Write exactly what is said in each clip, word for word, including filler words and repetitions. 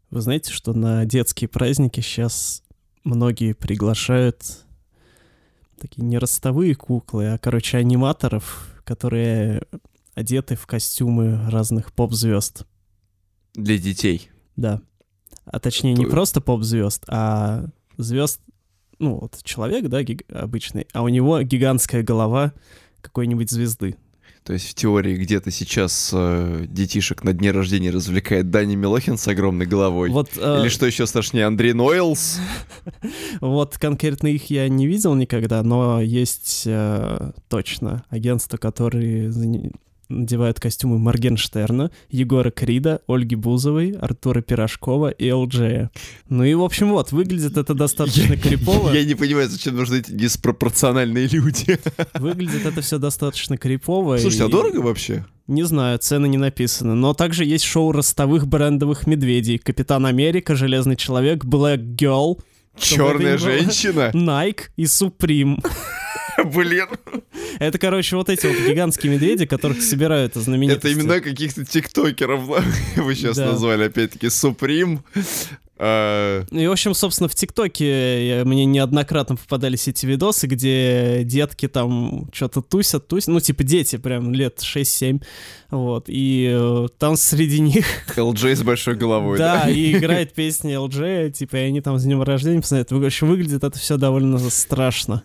Вы знаете, что на детские праздники сейчас многие приглашают такие не ростовые куклы, а, короче, аниматоров, которые одеты в костюмы разных поп-звезд. Для детей? Да. А точнее, не просто поп-звезд, а звезд, ну, вот человек, да, гиг... обычный, а у него гигантская голова какой-нибудь звезды. То есть в теории где-то сейчас э, детишек на дне рождения развлекает Даня Милохин с огромной головой? Вот, э... Или что еще страшнее, Андрей Нойлс? Вот конкретно их я не видел никогда, но есть э, точно агентства, которые надевают костюмы Моргенштерна, Егора Крида, Ольги Бузовой, Артура Пирожкова и эл джея. Ну и, в общем, вот, выглядит это достаточно крипово. Я не понимаю, зачем нужны эти диспропорциональные люди. Выглядит это все достаточно крипово. Слушайте, а дорого вообще? Не знаю, цены не написаны. Но также есть шоу ростовых брендовых медведей. Капитан Америка, Железный человек, Black Girl. Черная женщина. Nike и Supreme. Блин. Это, короче, вот эти вот гигантские медведи, которых собирают знаменитости. Это имена каких-то тиктокеров, вы сейчас да. назвали, опять-таки, Supreme. А... Ну и, в общем, собственно, в ТикТоке мне неоднократно попадались эти видосы, где детки там что-то тусят, тусят, ну, типа дети прям лет шесть-семь, вот, и э, там среди них... эл джей с большой головой, да? Да, и играет песни эл джей, типа, и они там с днем рождения познают. В общем, выглядит это все довольно страшно.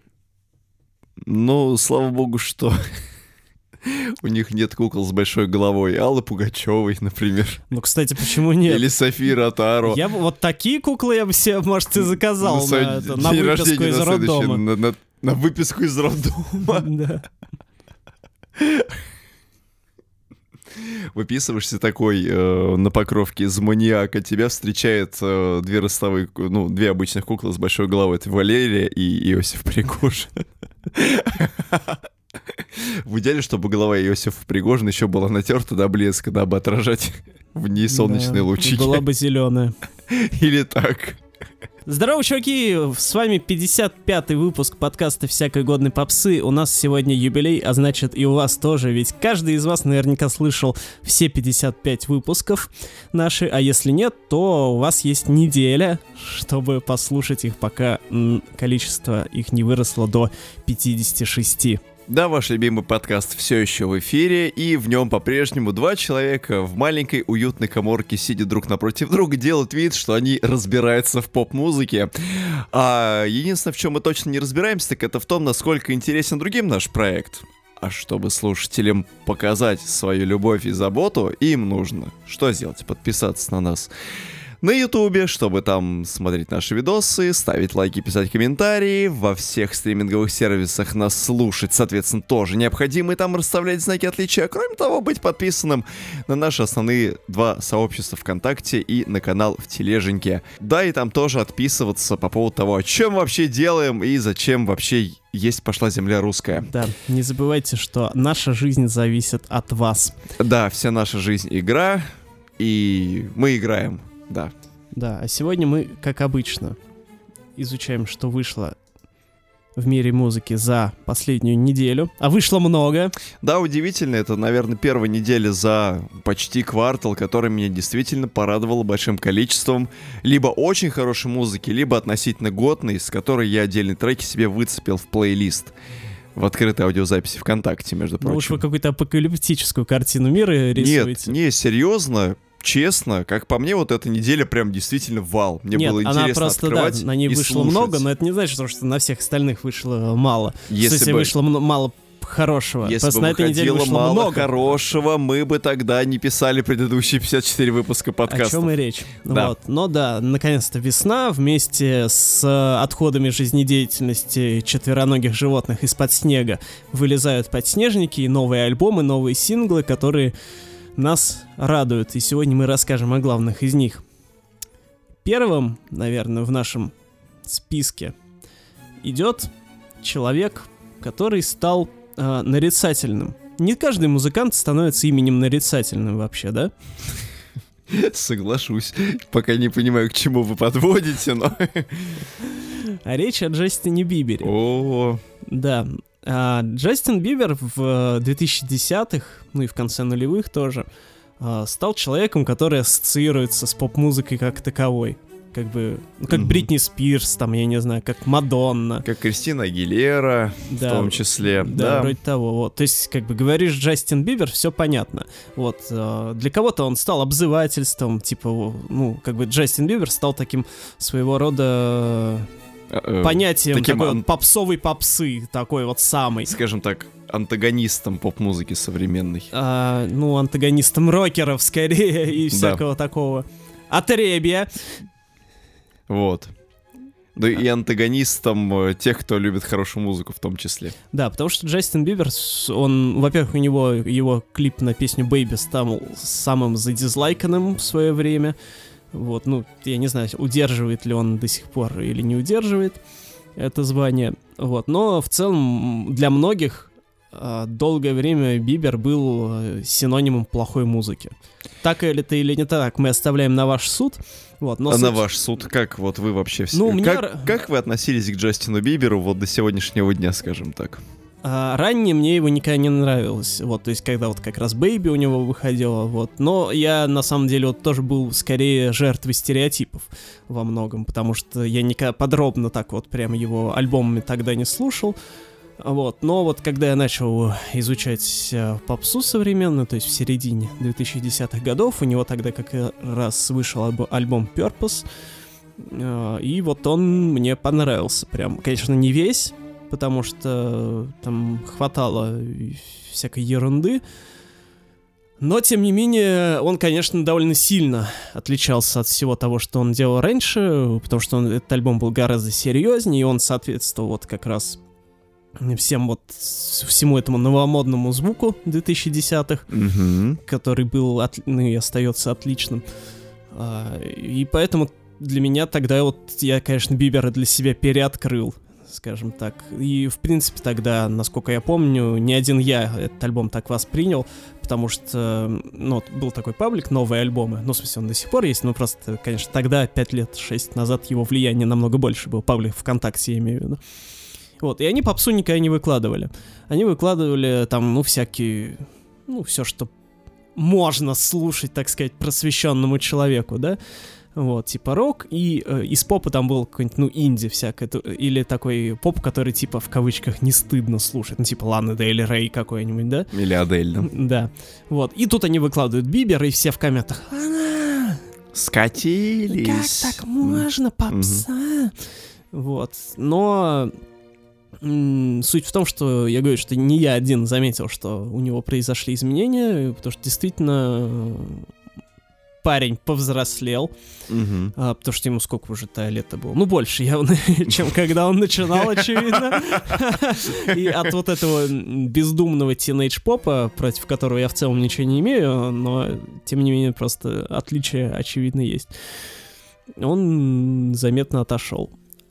Ну, слава богу, что у них нет кукол с большой головой. Аллы Пугачевой, например. Ну, кстати, почему нет? Или Софии Ротару. Я бы вот такие куклы я бы себе, может, и заказал на, на, это, на выписку из роддома. На, на, на выписку из роддома. Да. Выписываешься такой э, на покровке из маньяка, тебя встречает э, две ростовые, ну, две обычных куклы с большой головой. Это Валерия и Иосиф Пригожин. В идеале, чтобы голова Иосифа Пригожина еще была натерта до блеска, дабы отражать в ней солнечные да, лучи. Была бы зеленая. Или так. Здорово, чуваки! С вами пятьдесят пятый выпуск подкаста «Всякой годной попсы». У нас сегодня юбилей, а значит и у вас тоже, ведь каждый из вас наверняка слышал все пятьдесят пять выпусков наши, а если нет, то у вас есть неделя, чтобы послушать их, пока м, количество их не выросло до пятьдесят шесть. Да, ваш любимый подкаст все еще в эфире, и в нем по-прежнему два человека в маленькой уютной каморке, сидя друг напротив друга, делают вид, что они разбираются в поп-музыке. А единственное, в чем мы точно не разбираемся, так это в том, насколько интересен другим наш проект. А чтобы слушателям показать свою любовь и заботу, им нужно что сделать? Подписаться на нас на Ютубе, чтобы там смотреть наши видосы, ставить лайки, писать комментарии, во всех стриминговых сервисах нас слушать, соответственно, тоже необходимо, и там расставлять знаки отличия, кроме того, быть подписанным на наши основные два сообщества ВКонтакте и на канал в Тележеньке. Да, и там тоже отписываться по поводу того, о чем вообще делаем и зачем вообще есть пошла земля русская. Да, не забывайте, что наша жизнь зависит от вас. Да, вся наша жизнь игра, и мы играем. Да. Да, а сегодня мы, как обычно, изучаем, что вышло в мире музыки за последнюю неделю. А вышло много. Да, удивительно. Это, наверное, первая неделя за почти квартал, которая меня действительно порадовала большим количеством либо очень хорошей музыки, либо относительно годной, с которой я отдельные треки себе выцепил в плейлист. В открытой аудиозаписи ВКонтакте, между прочим. Ну уж вы какую-то апокалиптическую картину мира рисуете. Нет, не, серьезно. Честно, как по мне, вот эта неделя прям действительно вал. Мне Нет, было она интересно просто, открывать да, на ней и вышло слушать. много, но это не значит, что на всех остальных вышло мало. Если в смысле, бы... вышло м- мало хорошего. Если просто бы на этой неделе вышло мало много хорошего, мы бы тогда не писали предыдущие пятьдесят четыре выпуска подкаста. О чем и речь. Да. Вот. Но да, наконец-то весна вместе с отходами жизнедеятельности четвероногих животных из-под снега вылезают подснежники и новые альбомы, новые синглы, которые нас радуют. И сегодня мы расскажем о главных из них. Первым, наверное, в нашем списке идет человек, который стал э, нарицательным. Не каждый музыкант становится именем нарицательным вообще, да? Соглашусь. Пока не понимаю, к чему вы подводите, но... А речь о Джастине Бибере. О, да. А Джастин Бибер в две тысячи десятых, ну и в конце нулевых тоже, э, стал человеком, который ассоциируется с поп-музыкой как таковой. Как бы, ну, как Мгм. Бритни Спирс, там, я не знаю, как Мадонна. Как Кристина Агилера, Да, в том числе. Да, Да, вроде того. Вот. То есть, как бы говоришь Джастин Бибер, все понятно. Вот. э, Для кого-то он стал обзывательством, типа, ну, как бы Джастин Бибер стал таким своего рода Э, э, понятием таким такой ан- вот попсовой попсы, такой вот самый. скажем так, антагонистом поп-музыки современной. А, ну, антагонистом рокеров скорее и Да. всякого такого. Отребья. Вот. Да и антагонистом э, тех, кто любит хорошую музыку в том числе. Да, потому что Джастин Бибер, с- он, во-первых, у него его клип на песню «Baby» стал самым задизлайканным в свое время. Вот, ну, я не знаю, удерживает ли он до сих пор или не удерживает это звание. Вот, но в целом для многих а, долгое время Бибер был а, синонимом плохой музыки. Так или это или не так, мы оставляем на ваш суд. Вот, но а на суть- ваш суд, как вот вы вообще все... Ну, мне как, р- как вы относились к Джастину Биберу вот до сегодняшнего дня, скажем так? А, ранее мне его никогда не нравилось, вот, то есть когда вот как раз «Бэйби» у него выходила, вот, но я на самом деле вот тоже был скорее жертвой стереотипов во многом, потому что я никогда подробно так вот прям его альбомами тогда не слушал, вот, но вот когда я начал изучать э, попсу современную, то есть в середине двухтысячных годов, у него тогда как раз вышел альбо- альбом «Purpose», э, и вот он мне понравился прям, конечно, не весь, потому что там хватало всякой ерунды. Но, тем не менее, он, конечно, довольно сильно отличался от всего того, что он делал раньше, потому что он, этот альбом был гораздо серьезнее, и он соответствовал вот как раз всем вот всему этому новомодному звуку двухтысячных, Угу. который был от, ну, и остается отличным. А, и поэтому для меня тогда вот я, конечно, Бибера для себя переоткрыл, скажем так. И, в принципе, тогда, насколько я помню, не один я этот альбом так воспринял, потому что, ну, вот был такой паблик «Новые альбомы», ну, в смысле, он до сих пор есть, но просто, конечно, тогда, пять лет, шесть назад, его влияние намного больше было, паблик ВКонтакте, я имею в виду. Вот, и они попсу никогда не выкладывали. Они выкладывали там, ну, всякие, ну, все, что можно слушать, так сказать, просвещенному человеку, да, вот, типа рок, и э, из попа там был какой-нибудь, ну, инди всякое, то- или такой поп, который, типа, в кавычках, не стыдно слушать, ну, типа Лана Дель Рей какой-нибудь, да? Или Адель, да? Да, вот, и тут они выкладывают Бибер, и все в комментах: «Она, Скатились. как так можно, попса?» Вот, но м, суть в том, что я говорю, что не я один заметил, что у него произошли изменения, потому что действительно э, парень повзрослел, Мгм. а, потому что ему сколько уже-то лет было? Ну, больше явно, чем когда он начинал, очевидно. И от вот этого бездумного тинейдж-попа, против которого я в целом ничего не имею, но, тем не менее, просто отличие очевидно есть. Он заметно отошел.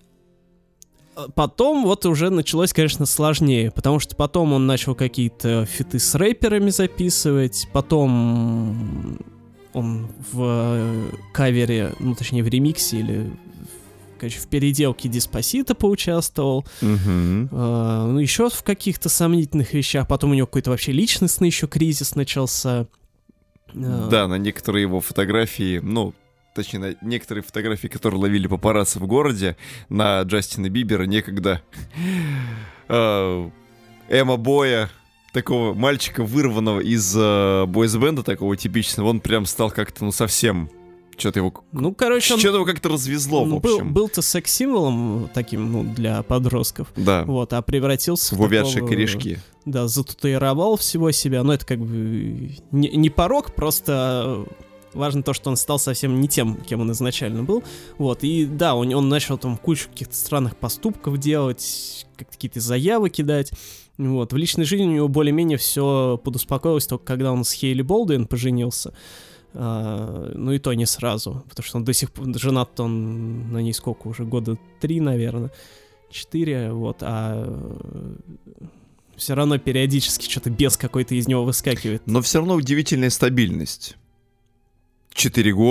Потом вот уже началось, конечно, сложнее, потому что потом он начал какие-то фиты с рэперами записывать, потом он в э, кавере, ну точнее в ремиксе или, короче, в переделке Деспасито поучаствовал, Мгм. э, ну еще в каких-то сомнительных вещах, потом у него какой-то вообще личностный еще кризис начался. Э, Да, на некоторые его фотографии, ну, точнее, на некоторые фотографии, которые ловили папарацци в городе, на Джастина Бибера некогда э, эмо-боя, такого мальчика, вырванного из э, бойсбенда, такого типичного, он прям стал как-то, ну, совсем... Что-то его... Ну, короче, он Что-то его как-то развезло, ну, в был, общем. был-то секс-символом таким, ну, для подростков, Да, вот, а превратился в в увядшие такого- корешки. Да, зататуировал всего себя, но это как бы не, не порок, просто важно то, что он стал совсем не тем, кем он изначально был, вот, и да, он, он начал там кучу каких-то странных поступков делать, как какие-то заявы кидать, вот, в личной жизни у него более-менее все подуспокоилось только когда он с Хейли Болдуин поженился. А, ну и то не сразу, потому что он до сих пор женат, он на ней сколько уже, года три, наверное, четыре, вот, а все равно периодически что-то без какой-то из него выскакивает. Но все равно удивительная стабильность. Четыре года,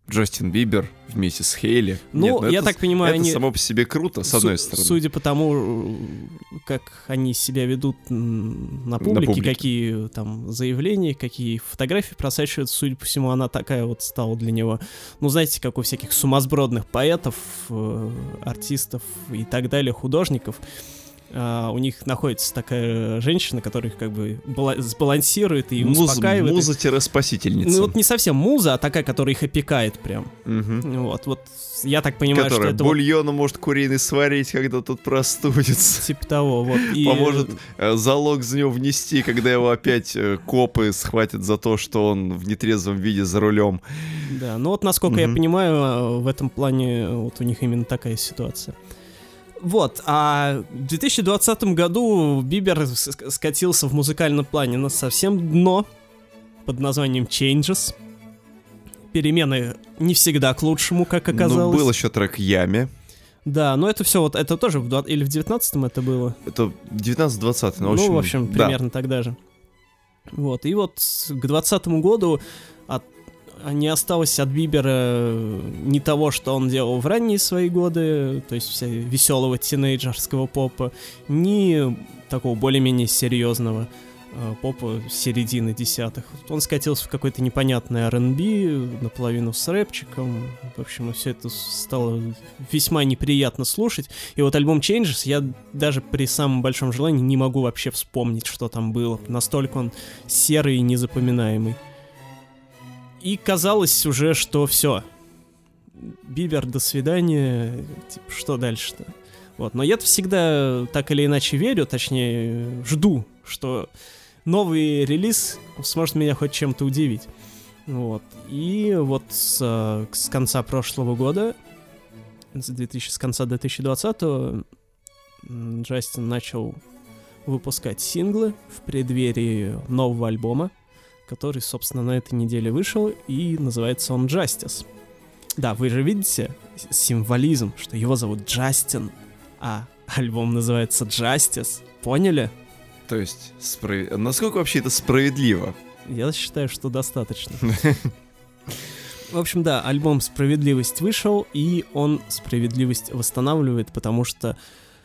Джастин Бибер вместе с Хейли. Ну, Нет, ну я это, так понимаю, это они... само по себе круто, с одной Су- стороны. Судя по тому, как они себя ведут на публике, На публике. какие там заявления, какие фотографии просачиваются, судя по всему, она такая вот стала для него. Ну, знаете, как у всяких сумасбродных поэтов, э, артистов и так далее, художников. Uh, у них находится такая женщина, которая их как бы бала- сбалансирует и Муз, успокаивает. Муза-спасительница. Ну вот не совсем муза, а такая, которая их опекает прям. Угу. Вот, вот я так понимаю, Которая что это бульона вот может куриный сварить, когда тут простудится. типа того. Вот. И... Поможет э, залог за него внести, когда его опять э, копы схватят за то, что он в нетрезвом виде за рулем. Да, ну вот насколько я Мгм. понимаю, в этом плане вот у них именно такая ситуация. Вот, а в две тысячи двадцатом году Бибер с- скатился в музыкальном плане на совсем дно под названием Changes. Перемены не всегда к лучшему, как Ну, оказалось. был еще трек Яме. Да, но это все вот, это тоже в два- или в девятнадцатом это было? Это девятнадцать-двадцатый, ну, в Ну, общем, в общем, да. примерно тогда же. Вот, и вот к двадцатому году от- не осталось от Бибера ни того, что он делал в ранние свои годы, то есть вся веселого тинейджерского попа, ни такого более-менее серьезного э, попа середины десятых. Вот он скатился в какой-то непонятный ар энд би, наполовину с рэпчиком. В общем, все это стало весьма неприятно слушать. И вот альбом Changes я даже при самом большом желании не могу вообще вспомнить, что там было. Настолько он серый и незапоминаемый. И казалось уже, что все. Бибер, до свидания. Типа, что дальше-то? Вот. Но я всегда так или иначе верю, точнее, жду, что новый релиз сможет меня хоть чем-то удивить. Вот. И вот с, с конца прошлого года, с, две тысячи, с конца две тысячи двадцатого, м, Джастин начал выпускать синглы в преддверии нового альбома, который, собственно, на этой неделе вышел, и называется он Justice. Да, вы же видите символизм, что его зовут Джастин, а альбом называется Justice. Поняли? То есть, справ... насколько вообще это справедливо? Я считаю, что достаточно. В общем, да, альбом «Справедливость» вышел, и он справедливость восстанавливает, потому что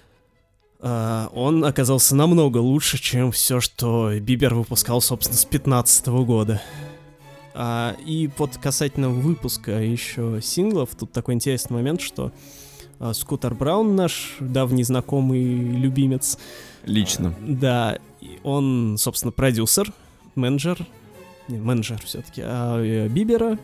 Uh, он оказался намного лучше, чем все, что Бибер выпускал, собственно, с пятнадцатого года. Uh, и вот касательно выпуска еще синглов, тут такой интересный момент, что uh, Скутер Браун, наш давний знакомый любимец, Лично. uh, да, он, собственно, продюсер, менеджер, не, менеджер все-таки, uh, Бибера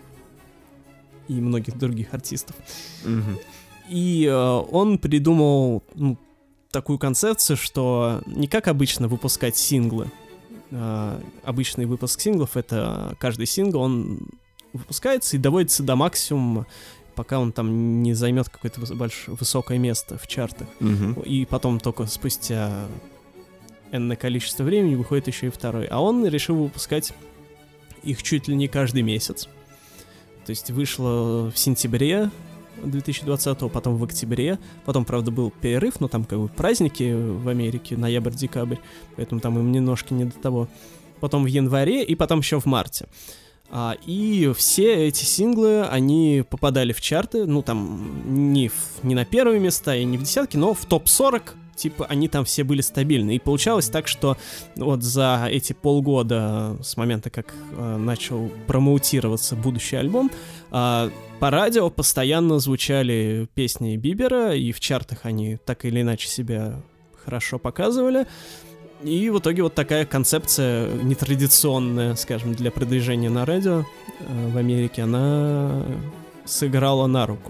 и многих других артистов. Угу. И uh, он придумал, ну, такую концепцию, что не как обычно выпускать синглы. А, обычный выпуск синглов — это каждый сингл, он выпускается и доводится до максимума, пока он там не займет какое-то больш... высокое место в чартах. Угу. И потом только спустя энное количество времени выходит еще и второй. А он решил выпускать их чуть ли не каждый месяц. То есть вышло в сентябре две тысячи двадцатого, потом в октябре, потом, правда, был перерыв, но там как бы праздники в Америке, ноябрь-декабрь, поэтому там им немножко не до того. Потом в январе и потом еще в марте. А, и все эти синглы, они попадали в чарты, ну там не, в, не на первые места и не в десятки, но в топ сорок, типа они там все были стабильны. И получалось так, что вот за эти полгода с момента, как э, начал промоутироваться будущий альбом, э, по радио постоянно звучали песни Бибера, и в чартах они так или иначе себя хорошо показывали. И в итоге вот такая концепция нетрадиционная, скажем, для продвижения на радио э, в Америке, она сыграла на руку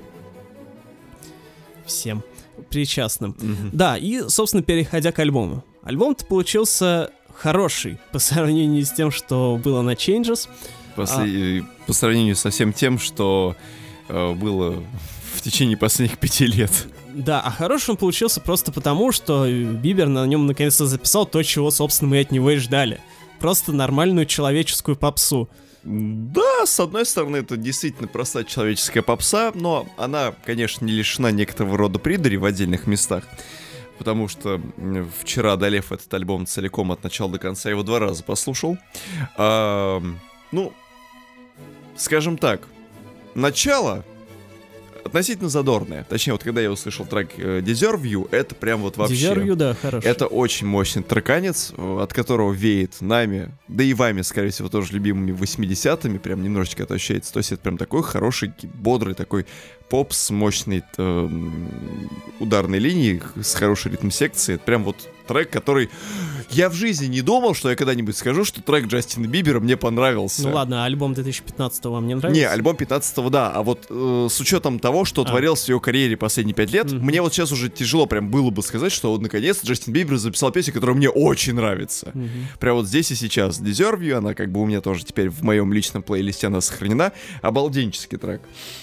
всем причастным. Угу. Да, и, собственно, переходя к альбому. Альбом-то получился хороший по сравнению с тем, что было на Changes. По, а... по сравнению со всем тем, что э, было в течение последних пяти лет. Да, а хороший он получился просто потому, что Бибер на нем наконец-то записал то, чего, собственно, мы от него и ждали. Просто нормальную человеческую попсу. Да, с одной стороны, это действительно простая человеческая попса, но она, конечно, не лишена некоторого рода придури в отдельных местах. Потому что вчера, одолев этот альбом целиком от начала до конца, я его два раза послушал. А, ну, скажем так, начало относительно задорное. Точнее, вот когда я услышал трек э, Deserve You, это прям вот вообще... Deserve You, да, хороший. Это очень мощный треканец, от которого веет нами, да и вами, скорее всего, тоже любимыми восьмидесятыми, прям немножечко это ощущается. То есть это прям такой хороший, бодрый такой поп с мощной э, ударной линией, с хорошей ритм-секцией. Это прям вот трек, который... Я в жизни не думал, что я когда-нибудь скажу, что трек Джастина Бибера мне понравился. Ну ладно, а альбом две тысячи пятнадцатого вам не нравится? Не, альбом пятнадцатого, да. А вот э, с учетом того, что а. творилось в его карьере последние пять лет, mm-hmm. мне вот сейчас уже тяжело прям было бы сказать, что вот наконец Джастин Бибер записал песню, которая мне очень нравится. Mm-hmm. Прям вот здесь и сейчас. Deserve You, она как бы у меня тоже теперь в моем личном плейлисте она сохранена. Обалденческий трек.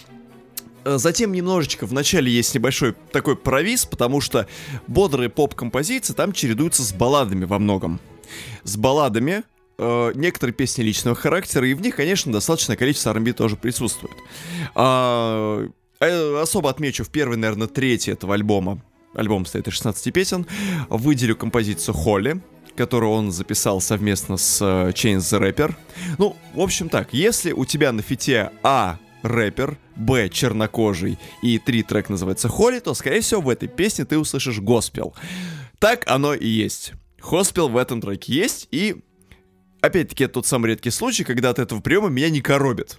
Затем немножечко в начале есть небольшой такой провис, потому что бодрые поп-композиции там чередуются с балладами во многом. С балладами, э, некоторые песни личного характера, и в них, конечно, достаточное количество ар энд би тоже присутствует. А, э, особо отмечу в первой, наверное, трети этого альбома, альбом состоит из шестнадцати песен, выделю композицию «Холли», которую он записал совместно с uh, Chance the Rapper. Ну, в общем так, если у тебя на фите А рэпер, Б чернокожий и три трек называется «Холли», то, скорее всего, в этой песне ты услышишь госпел. Так оно и есть. Госпел в этом треке есть, и опять-таки это тот самый редкий случай, когда от этого приема меня не коробит.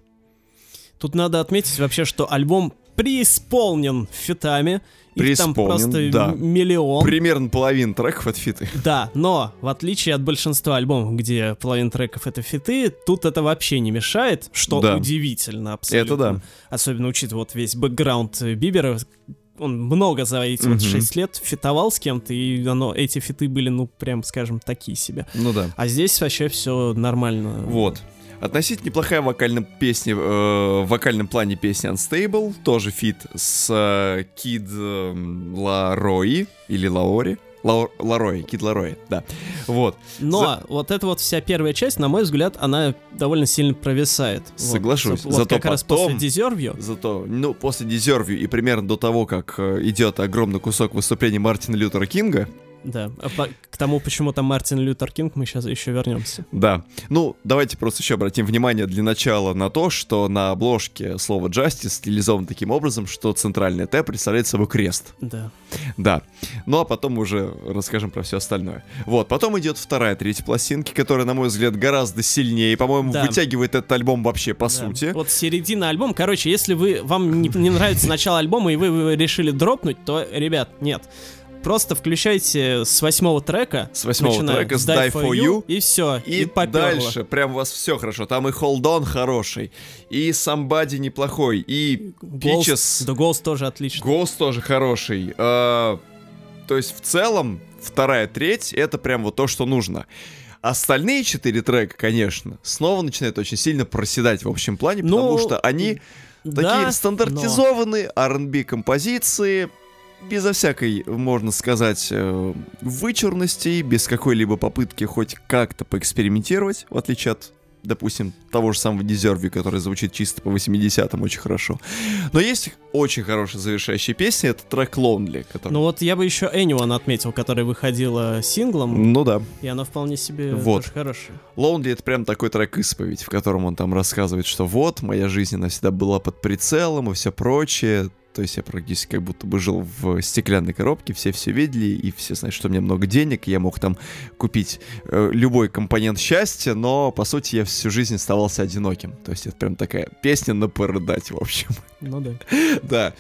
Тут надо отметить вообще, что альбом преисполнен фитами. Их там просто да. миллион. Примерно половина треков это фиты. Да, но в отличие от большинства альбомов, где половина треков это фиты, тут это вообще не мешает, что да. удивительно абсолютно. Это да. Особенно учитывая вот весь бэкграунд Бибера. Он много за эти mm-hmm. вот шесть лет фитовал с кем-то, и оно, эти фиты были, ну, прям, скажем, такие себе. Ну да. А здесь вообще все нормально. Вот. Относительно неплохая вокальная песня, э, в вокальном плане песня Unstable, тоже фит с э, Kid э, Laroi или Лаори. Ларой, Кид Ларой, да. Вот. Но За... вот эта вот вся первая часть, на мой взгляд, она довольно сильно провисает. Соглашусь. Вот, зато вот как раз потом, после Deserve You. Зато, ну, после Deserve You и примерно до того, как э, идет огромный кусок выступления Мартина Лютера Кинга. Да, а по, к тому, почему там Мартин Лютер Кинг, мы сейчас еще вернемся. Да, ну, давайте просто еще обратим внимание для начала на то, что на обложке слово «Justice» стилизовано таким образом, что центральное «Т» представляет собой крест. Да. Да, ну а потом мы уже расскажем про все остальное. Вот, потом идет вторая, третья пластинки, которая, на мой взгляд, гораздо сильнее, по-моему, да. вытягивает этот альбом вообще по да. сути. Вот середина альбома, короче, если вы, вам не, не нравится начало альбома и вы, вы решили дропнуть, то, ребят, нет. Просто включайте с восьмого трека. С восьмого трека, с Die For You. И все, и, и поперло. Дальше прям у вас все хорошо. Там и Hold On хороший, и Somebody неплохой, и Peaches. Да, Ghost тоже отлично. Ghost тоже хороший. А, то есть в целом вторая треть это прям вот то, что нужно. Остальные четыре трека, конечно, снова начинают очень сильно проседать в общем плане, потому ну, что они да, такие стандартизованные но... ар энд би композиции, безо всякой, можно сказать, вычурности, без какой-либо попытки хоть как-то поэкспериментировать, в отличие от, допустим, того же самого Deserve You, который звучит чисто по восьмидесятым очень хорошо. Но есть очень хорошая завершающая песня, это трек Lonely. Который... Ну вот я бы еще Anyone отметил, которая выходила синглом. Ну да. И она вполне себе вот. тоже хорошая. Lonely — это прям такой трек-исповедь, в котором он там рассказывает, что вот, моя жизнь, она всегда была под прицелом и все прочее. То есть я практически как будто бы жил в стеклянной коробке, все все видели, и все знают, что у меня много денег, и я мог там купить э, любой компонент счастья, но, по сути, я всю жизнь оставался одиноким. То есть это прям такая песня на порыдать, в общем. Ну да. Да.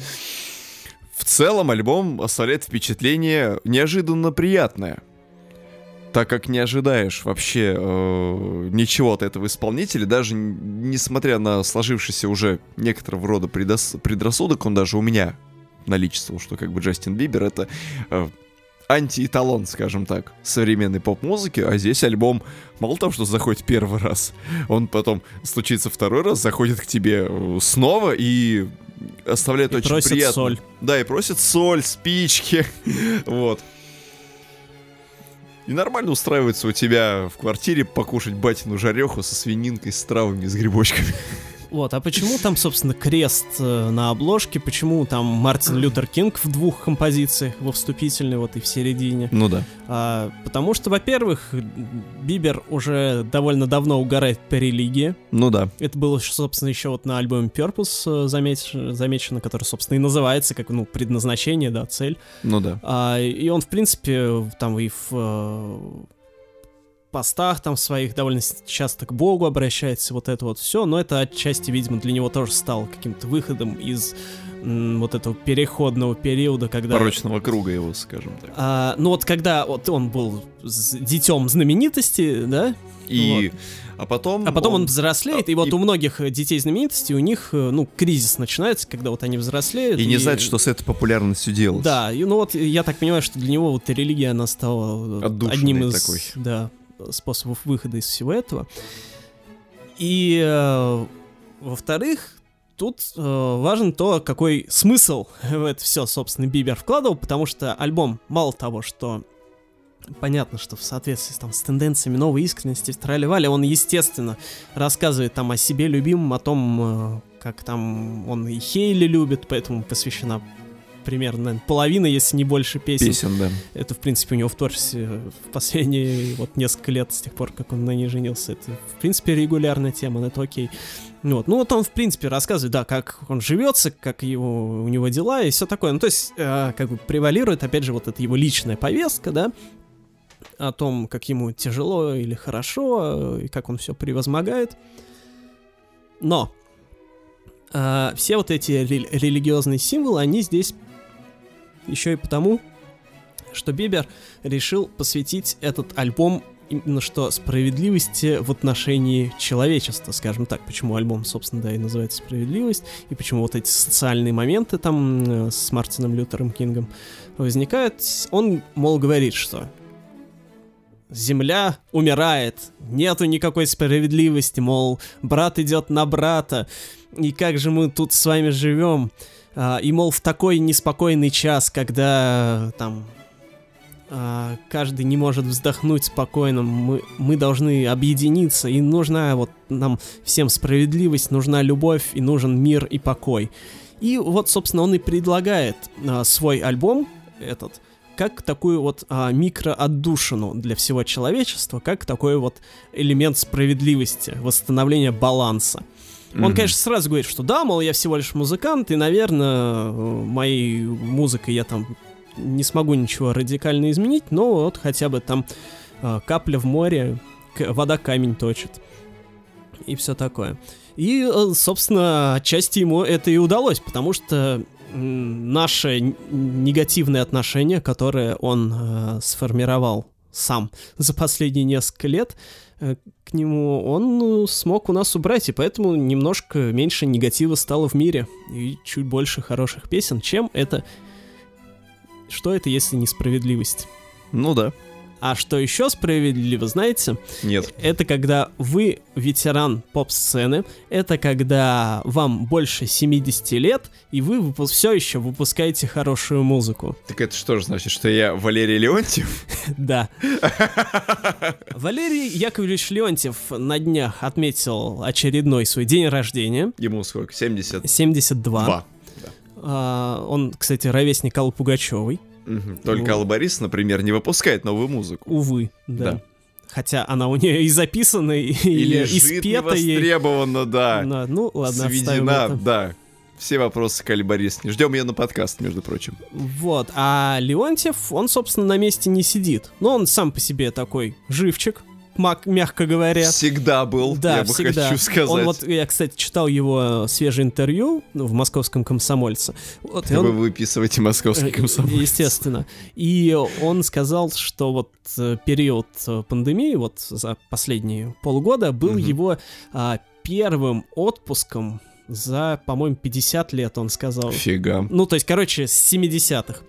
В целом альбом оставляет впечатление неожиданно приятное, так как не ожидаешь вообще э, ничего от этого исполнителя, даже несмотря на сложившийся уже некоторого рода предос- предрассудок, он даже у меня наличествовал, что как бы Джастин Бибер — это э, антиэталон, скажем так, современной поп-музыки, а здесь альбом мало того, что заходит первый раз, он потом случится второй раз, заходит к тебе снова и оставляет и очень просит приятно. Соль. Да, и просит соль, спички, вот. И нормально устраивается у тебя в квартире покушать батину жареху со свининкой, с травами, с грибочками. Вот, а почему там, собственно, крест э, на обложке, почему там Мартин Лютер Кинг в двух композициях, во вступительной вот и в середине? Ну да. А, потому что, во-первых, Бибер уже довольно давно угорает по религии. Ну да. Это было, собственно, еще вот на альбоме Purpose замеч- замечено, который, собственно, и называется как, ну, предназначение, да, цель. Ну да. А, и он, в принципе, там и в... Э, постах там своих довольно часто к Богу обращается, вот это вот все, но это отчасти, видимо, для него тоже стало каким-то выходом из м, вот этого переходного периода, когда... Порочного круга его, скажем так. А, ну вот когда вот он был с детем знаменитости, да? И... Вот. А потом... А потом он, он взрослеет, а, и вот и... у многих детей знаменитостей, у них, ну, кризис начинается, когда вот они взрослеют. И не и... знают, что с этой популярностью делать. Да, и, ну вот я так понимаю, что для него вот религия, она стала Отдушиной одним из... такой. Да, способов выхода из всего этого. И, э, во-вторых, тут э, важен то, какой смысл в это все, собственно, Бибер вкладывал, потому что альбом, мало того, что понятно, что в соответствии там, с тенденциями новой искренности в Трали-Вали, он, естественно, рассказывает там о себе любимом, о том, э, как там он и Хейли любит, поэтому посвящена примерно, наверное, половина, если не больше песен. Песен, да. Это, в принципе, у него в творчестве в последние вот несколько лет, с тех пор, как он на ней женился, это, в принципе, регулярная тема, но это окей. Вот. Ну, вот он, в принципе, рассказывает, да, как он живется, как его, у него дела и все такое. Ну, то есть, э, как бы превалирует, опять же, вот эта его личная повестка, да, о том, как ему тяжело или хорошо, и как он все превозмогает. Но э, все вот эти ре- религиозные символы, они здесь еще и потому, что Бибер решил посвятить этот альбом именно что справедливости в отношении человечества, скажем так. Почему альбом, собственно, да, и называется «Справедливость», и почему вот эти социальные моменты там с Мартином Лютером Кингом возникают. Он, мол, говорит, что земля умирает, нету никакой справедливости, мол, брат идет на брата, и как же мы тут с вами живем? И, мол, в такой неспокойный час, когда там каждый не может вздохнуть спокойно, мы, мы должны объединиться, и нужна вот нам всем справедливость, нужна любовь, и нужен мир и покой. И вот, собственно, он и предлагает а, свой альбом этот как такую вот а, микроотдушину для всего человечества, как такой вот элемент справедливости, восстановления баланса. Он, mm-hmm. конечно, сразу говорит, что да, мол, я всего лишь музыкант, и, наверное, моей музыкой я там не смогу ничего радикально изменить, но вот хотя бы там э, капля в море, к- вода камень точит. И все такое. И, э, собственно, отчасти ему это и удалось, потому что э, наше негативное отношение, которое он э, сформировал сам за последние несколько лет, к нему, он смог у нас убрать, и поэтому немножко меньше негатива стало в мире, и чуть больше хороших песен, чем это... Что это, если не справедливость? Ну да. А что еще справедливо, знаете? Нет. Это когда вы ветеран поп-сцены, это когда вам больше семьдесят лет, и вы выпу- все еще выпускаете хорошую музыку. Так это что же значит, что я Валерий Леонтьев? Да. Валерий Яковлевич Леонтьев на днях отметил очередной свой день рождения. Ему сколько? семьдесят? семьдесят два. Два. А, он, кстати, ровесник Аллы Пугачевой. Угу. Только Ну. Алла Борисовна, например, не выпускает новую музыку. Увы, да. Да. Хотя она у нее и записана, и, И и лежит испета ей. невостребованно, да. Да, ну, ладно, оставим Сведена, это. да. Все вопросы к Алле Борисовне. Ждем ее на подкаст, между прочим. Вот, а Леонтьев, он, собственно, на месте не сидит. Но он сам по себе такой живчик, мак, мягко говоря. Всегда был, Да, я бы всегда. хочу сказать. Он вот, я, кстати, читал его свежее интервью ну, в «Московском комсомольце». Вот, и Вы он, выписываете московский комсомолец. естественно. И он сказал, что вот э, период э, пандемии, вот за последние полгода, был Мгм. его а, первым отпуском за, по-моему, пятьдесят лет, он сказал. Фига. Ну, то есть, короче, с семидесятых.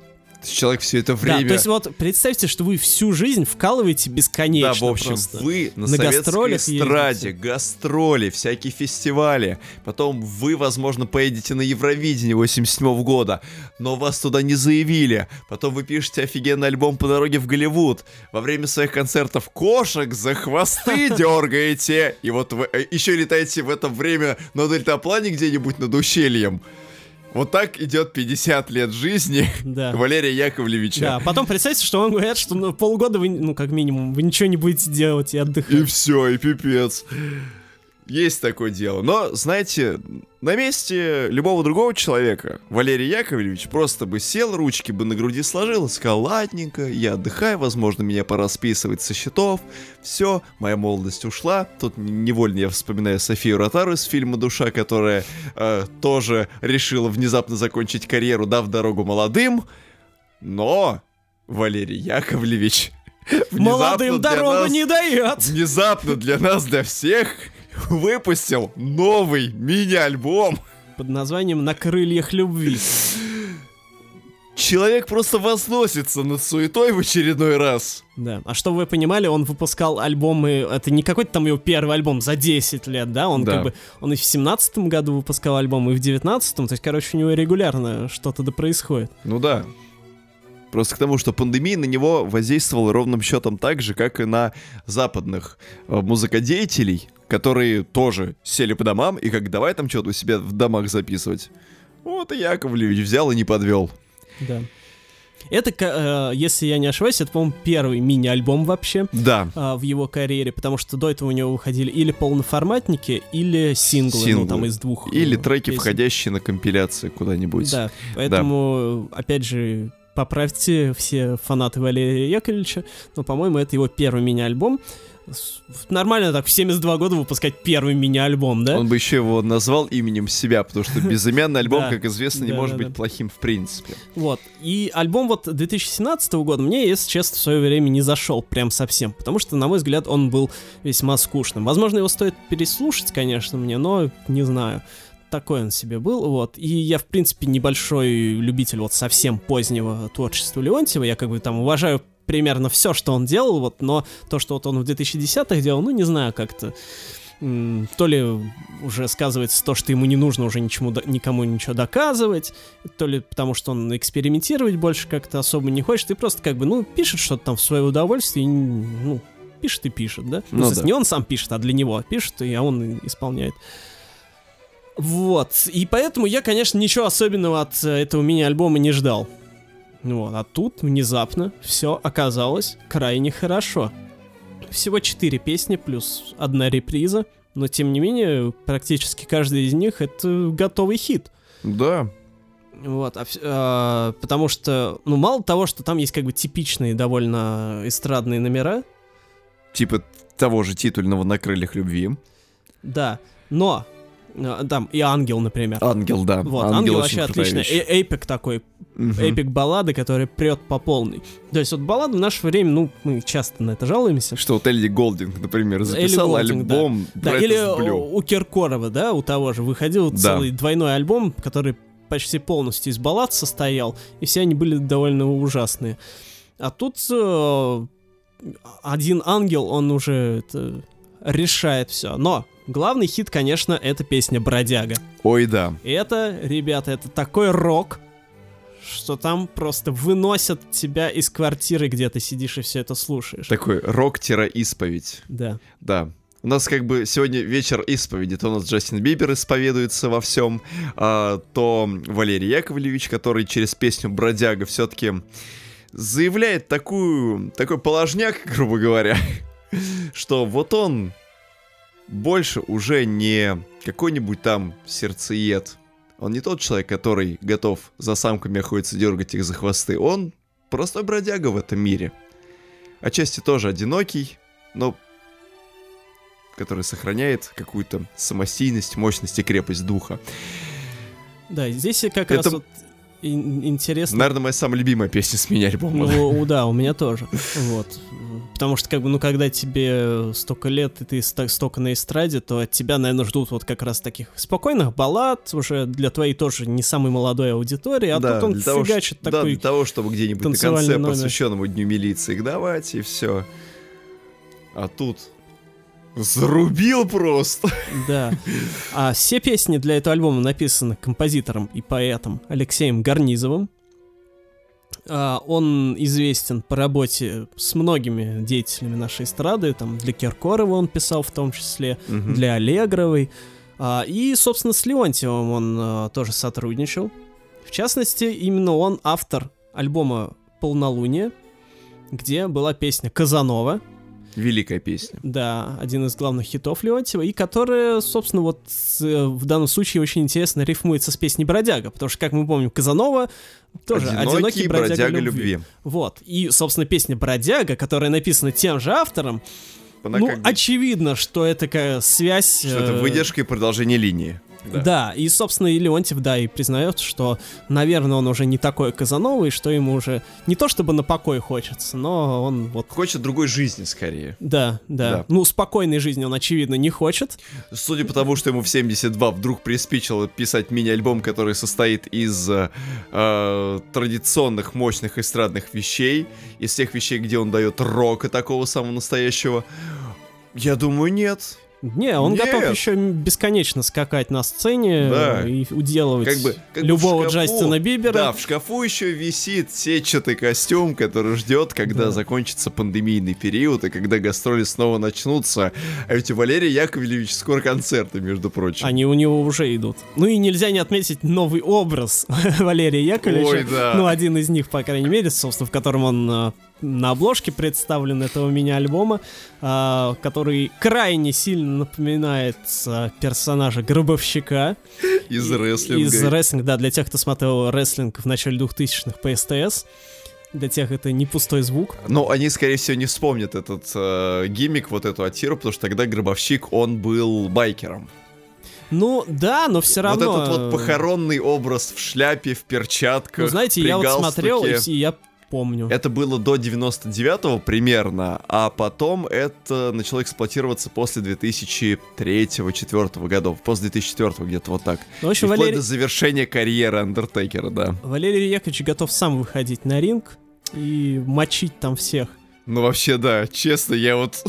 Человек все это время... Да, то есть вот представьте, что вы всю жизнь вкалываете бесконечно. Да, в общем, просто. вы на, на советской эстраде, ездите. гастроли, всякие фестивали. Потом вы, возможно, поедете на Евровидение восемьдесят седьмого года, но вас туда не заявили. Потом вы пишете офигенный альбом по дороге в Голливуд. Во время своих концертов кошек за хвосты дергаете. И вот вы еще летаете в это время на дельтаплане где-нибудь над ущельем. Вот так идет пятьдесят лет жизни да. Валерия Яковлевича. Да, потом представьте, что он говорит, что ну, полгода вы, ну, как минимум, вы ничего не будете делать и отдыхать. И все, и пипец. Есть такое дело. Но, знаете, на месте любого другого человека Валерий Яковлевич просто бы сел, ручки бы на груди сложил и сказал: ладненько, я отдыхаю, возможно, меня пора списывать со счетов. Все, моя молодость ушла. Тут невольно я вспоминаю Софию Ротару из фильма «Душа», которая э, тоже решила внезапно закончить карьеру, дав дорогу молодым. Но Валерий Яковлевич молодым дорогу нас, не дает. Внезапно для нас, для всех, выпустил новый мини-альбом под названием «На крыльях любви». Человек просто возносится над суетой в очередной раз. Да, а чтобы вы понимали, он выпускал альбомы, это не какой-то там его первый альбом за десять лет, да, он да. как бы, он и в семнадцатом году выпускал альбом, и в девятнадцатом, то есть, короче, у него регулярно что-то да происходит. Ну да. Просто к тому, что пандемия на него воздействовала ровным счетом так же, как и на западных э, музыкодеятелей, которые тоже сели по домам и как давай там что-то у себя в домах записывать. Вот и Яковлевич взял и не подвел. Да. Это, э, если я не ошибаюсь, это, по-моему, первый мини-альбом вообще да. э, в его карьере, потому что до этого у него выходили или полноформатники, или синглы, синглы. ну там из двух. Или треки, песен. Входящие на компиляции куда-нибудь. Да, поэтому, да. опять же, поправьте все фанаты Валерия Яковлевича, но, по-моему, это его первый мини-альбом. Нормально так в семьдесят два года выпускать первый мини-альбом, да? Он бы еще его назвал именем себя, потому что безымянный альбом, как известно, не может быть плохим в принципе. Вот, и альбом вот две тысячи семнадцатого года мне, если честно, в свое время не зашел прям совсем, потому что, на мой взгляд, он был весьма скучным. Возможно, его стоит переслушать, конечно, мне, но не знаю. Такой он себе был, вот. И я, в принципе, небольшой любитель вот совсем позднего творчества Леонтьева. Я как бы там уважаю примерно все, что он делал, вот, но то, что вот он в две тысячи десятых делал, ну, не знаю, как-то м- то ли уже сказывается то, что ему не нужно уже ничему, никому ничего доказывать, то ли потому, что он экспериментировать больше как-то особо не хочет, и просто как бы, ну, пишет что-то там в свое удовольствие, и, ну, пишет и пишет, да? Ну, ну да. Не он сам пишет, а для него пишет, и а он исполняет. Вот, и поэтому я, конечно, ничего особенного от этого мини-альбома не ждал. Вот, а тут внезапно все оказалось крайне хорошо. Всего четыре песни плюс одна реприза, но тем не менее практически каждая из них это готовый хит. Да. Вот, а, а, потому что, ну, мало того, что там есть как бы типичные довольно эстрадные номера. Типа того же титульного «На крыльях любви». Да, но... Там и «Ангел», например. «Ангел», да. Вот, «Ангел», «Ангел» вообще отличный. Эйпик такой. Uh-huh. Эйпик баллады, который прет по полной. То есть вот баллады в наше время, ну, мы часто на это жалуемся. Что вот Элли Голдинг, например, записал Голдинг, альбом да. Да, или у Киркорова, да, у того же выходил да. целый двойной альбом, который почти полностью из баллад состоял, и все они были довольно ужасные. А тут э, один «Ангел», он уже это, решает все. Но главный хит, конечно, это песня «Бродяга». Ой, да. И это, ребята, это такой рок, что там просто выносят тебя из квартиры, где ты сидишь и все это слушаешь. Такой рок-исповедь. Да. Да. У нас как бы сегодня вечер исповеди. То у нас Джастин Бибер исповедуется во всем, а, то Валерий Яковлевич, который через песню «Бродяга» все-таки заявляет такую, такой положняк, грубо говоря, что вот он больше уже не какой-нибудь там сердцеед. Он не тот человек, который готов за самками охотиться, дергать их за хвосты. Он простой бродяга в этом мире. Отчасти тоже одинокий, но который сохраняет какую-то самостийность, мощность и крепость духа. Да, здесь как Это... раз вот интересно... Наверное, моя самая любимая песня с мини-альбома. Ну, да, у меня тоже. Вот. Потому что, как бы, ну, когда тебе столько лет, и ты столько на эстраде, то от тебя, наверное, ждут вот как раз таких спокойных баллад, уже для твоей тоже не самой молодой аудитории, а да, тут он того, фигачит что, такой да, для того, чтобы где-нибудь на конце, номер. посвященному Дню милиции, их давать, и все. А тут зарубил просто. Да. А все песни для этого альбома написаны композитором и поэтом Алексеем Гарнизовым. Он известен по работе с многими деятелями нашей эстрады, там для Киркорова он писал в том числе, угу. для Аллегровой, и, собственно, с Леонтьевым он тоже сотрудничал. В частности, именно он автор альбома «Полнолуние», где была песня «Казанова». Великая песня. Да, один из главных хитов Леонтьева, и которая, собственно, вот в данном случае очень интересно рифмуется с песней «Бродяга», потому что, как мы помним, Казанова тоже «Одинокий, одинокий бродяга, бродяга любви. любви». Вот, и, собственно, песня «Бродяга», которая написана тем же автором, Она ну, как... очевидно, что это такая связь... Что это выдержка и продолжение линии. Да. да, и, собственно, и Леонтьев, да, и признает, что, наверное, он уже не такой Казанова, и что ему уже не то чтобы на покой хочется, но он вот... Хочет другой жизни, скорее. Да, да, да. Ну, спокойной жизни он, очевидно, не хочет. Судя по тому, что ему в семьдесят два вдруг приспичило писать мини-альбом, который состоит из э, традиционных мощных эстрадных вещей, из тех вещей, где он дает рока такого самого настоящего, я думаю, нет. Не, он Нет. готов еще бесконечно скакать на сцене, да. и уделывать как бы, как любого бы шкафу, Джастина Бибера. Да, в шкафу еще висит сетчатый костюм, который ждет, когда да. закончится пандемийный период, и когда гастроли снова начнутся. А ведь у Валерия Яковлевича скоро концерты, между прочим. Они у него уже идут. Ну и нельзя не отметить новый образ Валерия Яковлевича. Ой, да. Ну, один из них, по крайней мере, собственно, в котором он... на обложке представлен этого мини-альбома, э, который крайне сильно напоминает э, персонажа Гробовщика. Из рестлинга. Из рестлинга, да, для тех, кто смотрел рестлинг в начале двухтысячных по СТС. Для тех это не пустой звук. Но они, скорее всего, не вспомнят этот э, гиммик, вот эту атиру, потому что тогда Гробовщик, он был байкером. Ну, да, но все равно... Вот этот вот похоронный образ в шляпе, в перчатках, ну, знаете, при я галстуке. вот смотрел, и я помню. Это было до девяносто девятого примерно, а потом это начало эксплуатироваться после две тысячи третьего-две тысячи четвёртого годов, после две тысячи четвёртого где-то вот так. Ну, в общем, и Валерий... вплоть до завершения карьеры Андертейкера, да. Валерий Яковлевич готов сам выходить на ринг и мочить там всех. Ну, вообще, да, честно, я вот...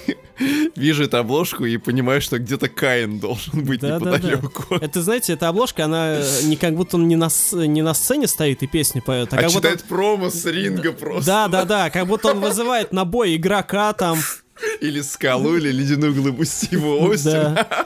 вижу эту обложку и понимаю, что где-то Каин должен быть да, неподалеку. Да, да. Это, знаете, эта обложка, она не как будто он не на, не на сцене стоит и песни поет, а, а как читает будто... промо с ринга да, просто. Да, да, да, как будто он вызывает на бой игрока там. Или Скалу, или Ледяную глыбу Стива Остина. Да.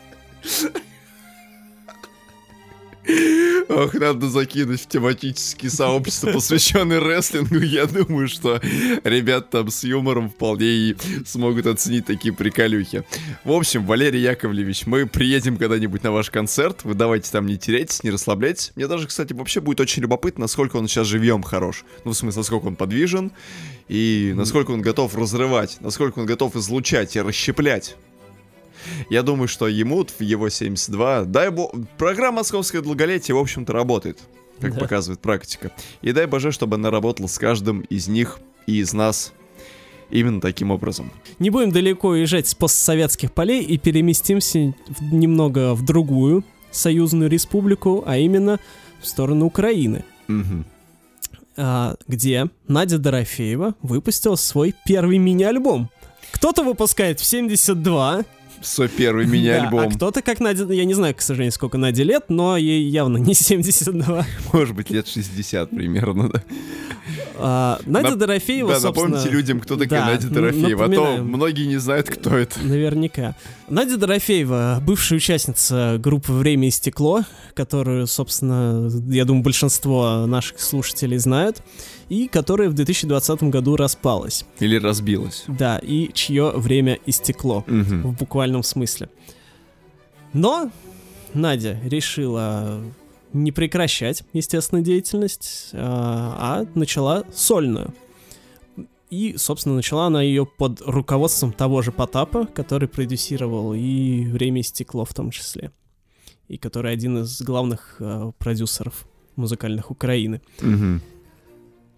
Ох, надо закинуть в тематические сообщества, посвященные рестлингу. Я думаю, что ребят там с юмором вполне и смогут оценить такие приколюхи. В общем, Валерий Яковлевич, мы приедем когда-нибудь на ваш концерт. Вы давайте там не теряйтесь, не расслабляйтесь. Мне даже, кстати, вообще будет очень любопытно, насколько он сейчас живьем хорош. Ну, в смысле, насколько он подвижен и насколько он готов разрывать, насколько он готов излучать и расщеплять. Я думаю, что ему в его семьдесят два, дай бог, программа «Московское долголетие», в общем-то, работает, как да. показывает практика. И дай боже, чтобы она работала с каждым из них и из нас именно таким образом. Не будем далеко уезжать с постсоветских полей и переместимся в, немного в другую союзную республику, а именно в сторону Украины. Угу. А, где Надя Дорофеева выпустила свой первый мини-альбом. Кто-то выпускает в семьдесят два... Свой первый мини-альбом. Да, а кто-то, как Надя, я не знаю, к сожалению, сколько Наде лет, но ей явно не семьдесят два. Может быть, лет шестьдесят примерно, да. А, Надя Нап... Дорофеева, да, собственно... напомните людям, кто такая да, Надя Дорофеева, напоминаем. А то многие не знают, кто это. Наверняка. Надя Дорофеева, бывшая участница группы «Время и стекло», которую, собственно, я думаю, большинство наших слушателей знают, и которая в две тысячи двадцатом году распалась. Или разбилась. Да, и чье время истекло, угу. в буквальном смысле. Но Надя решила не прекращать, естественно, деятельность, а, а начала сольную. И, собственно, начала она ее под руководством того же Потапа, который продюсировал и «Время и стекло» в том числе. И который один из главных а, продюсеров музыкальных Украины. Угу.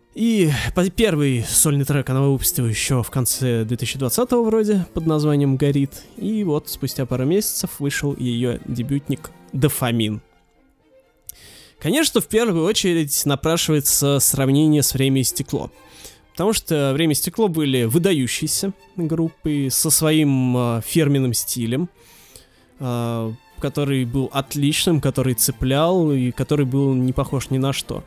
И первый сольный трек она выпустила еще в конце две тысячи двадцатого вроде под названием «Горит». И вот спустя пару месяцев вышел ее дебютник «Дофамин». Конечно, в первую очередь напрашивается сравнение с «Время и стекло». Потому что «Время и стекло» были выдающейся группой со своим э, фирменным стилем, э, который был отличным, который цеплял и который был не похож ни на что.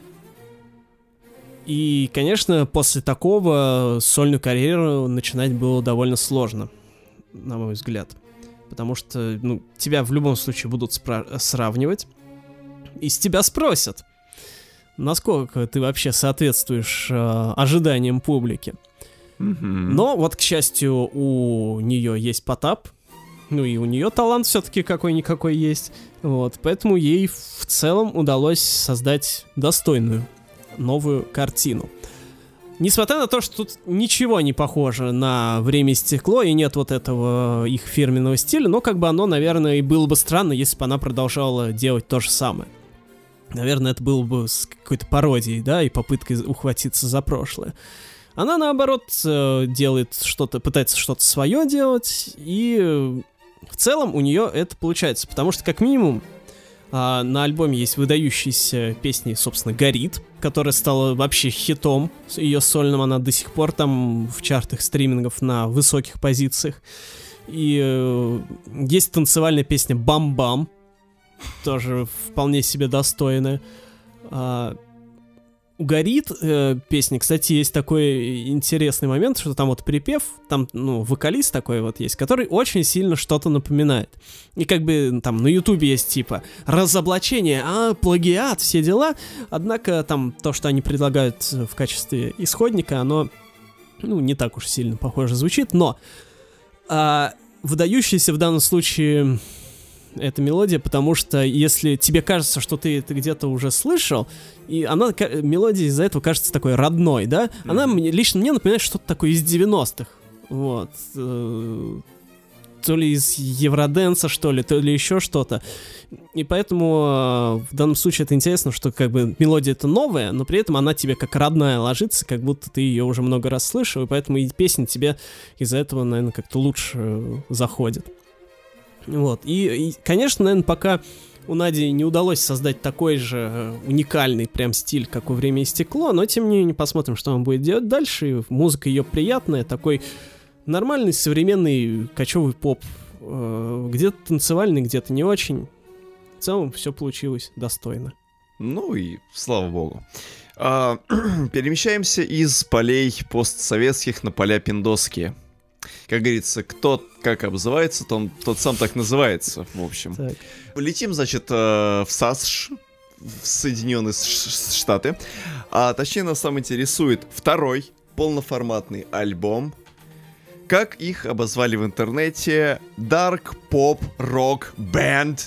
И, конечно, после такого сольную карьеру начинать было довольно сложно, на мой взгляд. Потому что, ну, тебя в любом случае будут спра- сравнивать, и с тебя спросят, насколько ты вообще соответствуешь э, ожиданиям публики. Mm-hmm. Но вот, к счастью, у нее есть Потап, ну и у нее талант все-таки какой-никакой есть, вот, поэтому ей в целом удалось создать достойную новую картину. Несмотря на то, что тут ничего не похоже на «Время и стекло» и нет вот этого их фирменного стиля, но как бы оно, наверное, и было бы странно, если бы она продолжала делать то же самое. Наверное, это было бы с какой-то пародией, да, и попыткой ухватиться за прошлое. Она, наоборот, делает что-то, пытается что-то свое делать, и в целом у нее это получается, потому что, как минимум, А, на альбоме есть выдающиеся песни, собственно, «Горит», которая стала вообще хитом. Ее сольным она до сих пор там в чартах стримингов на высоких позициях. И э, есть танцевальная песня «Бам-бам», тоже вполне себе достойная. А, у «Горит» э, песни, кстати, есть такой интересный момент, что там вот припев, там, ну, вокалист такой вот есть, который очень сильно что-то напоминает. И как бы там на Ютубе есть типа разоблачение, а плагиат, все дела. Однако там то, что они предлагают в качестве исходника, оно, ну, не так уж сильно похоже звучит, но а, выдающаяся в данном случае эта мелодия, потому что если тебе кажется, что ты это где-то уже слышал, и она, мелодия из-за этого кажется такой родной, да, mm-hmm. она мне, лично мне напоминает что-то такое из девяностых, вот, то ли из евроденса, что ли, то ли еще что-то, и поэтому в данном случае это интересно, что как бы мелодия это новая, но при этом она тебе как родная ложится, как будто ты ее уже много раз слышал, и поэтому и песня тебе из-за этого, наверное, как-то лучше заходит. Вот, и, и, конечно, наверное, пока у Нади не удалось создать такой же уникальный прям стиль, как у «Время и стекло», но тем не менее посмотрим, что он будет делать дальше. Музыка ее приятная, такой нормальный, современный кочевый поп, где-то танцевальный, где-то не очень. В целом все получилось достойно. Ну и слава богу. А, перемещаемся из полей постсоветских на поля пиндосские. Как говорится, кто как обзывается, то он, тот сам так называется, в общем. Так. Летим, значит, в САСШ, в Соединенные Штаты. А точнее, нас сам интересует второй полноформатный альбом. Как их обозвали в интернете? Dark Pop Rock Band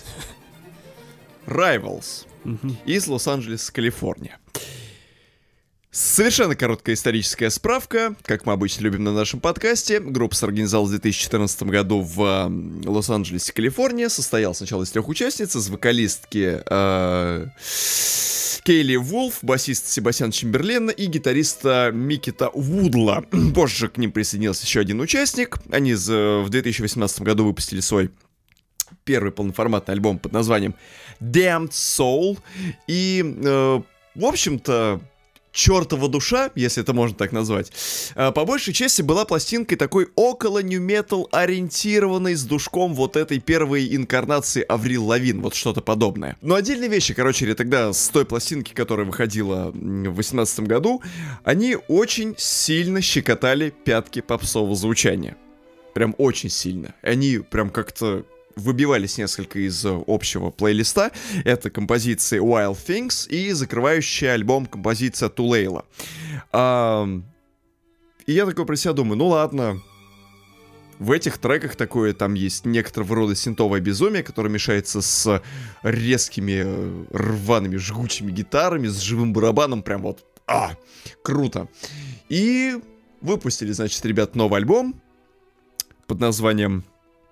Rivals из Лос-Анджелеса, Калифорния. Совершенно короткая историческая справка, как мы обычно любим на нашем подкасте. Группа сорганизовалась в две тысячи четырнадцатом году в э, Лос-Анджелесе, Калифорния. Состоял сначала из трех участниц, из вокалистки э, Кейли Вулф, басиста Себастьяна Чемберлена и гитариста Микита Вудла. Позже к ним присоединился еще один участник. Они в две тысячи восемнадцатом году выпустили свой первый полноформатный альбом под названием Damned Soul. И, э, в общем-то, чертова душа, если это можно так назвать, по большей части была пластинкой такой около нью-метал ориентированной, с душком вот этой первой инкарнации Аврил Лавин, вот что-то подобное. Но отдельные вещи, короче говоря, тогда с той пластинки, которая выходила в восемнадцатом году, они очень сильно щекотали пятки попсового звучания. Прям очень сильно. Они прям как-то выбивались несколько из общего плейлиста. Это композиции Wild Things и закрывающая альбом композиция Тулейла. А, и я такой про себя думаю, ну ладно, в этих треках такое, там есть некоторого рода синтовое безумие, которое мешается с резкими, рваными, жгучими гитарами, с живым барабаном, прям вот, а, круто. И выпустили, значит, ребят, новый альбом под названием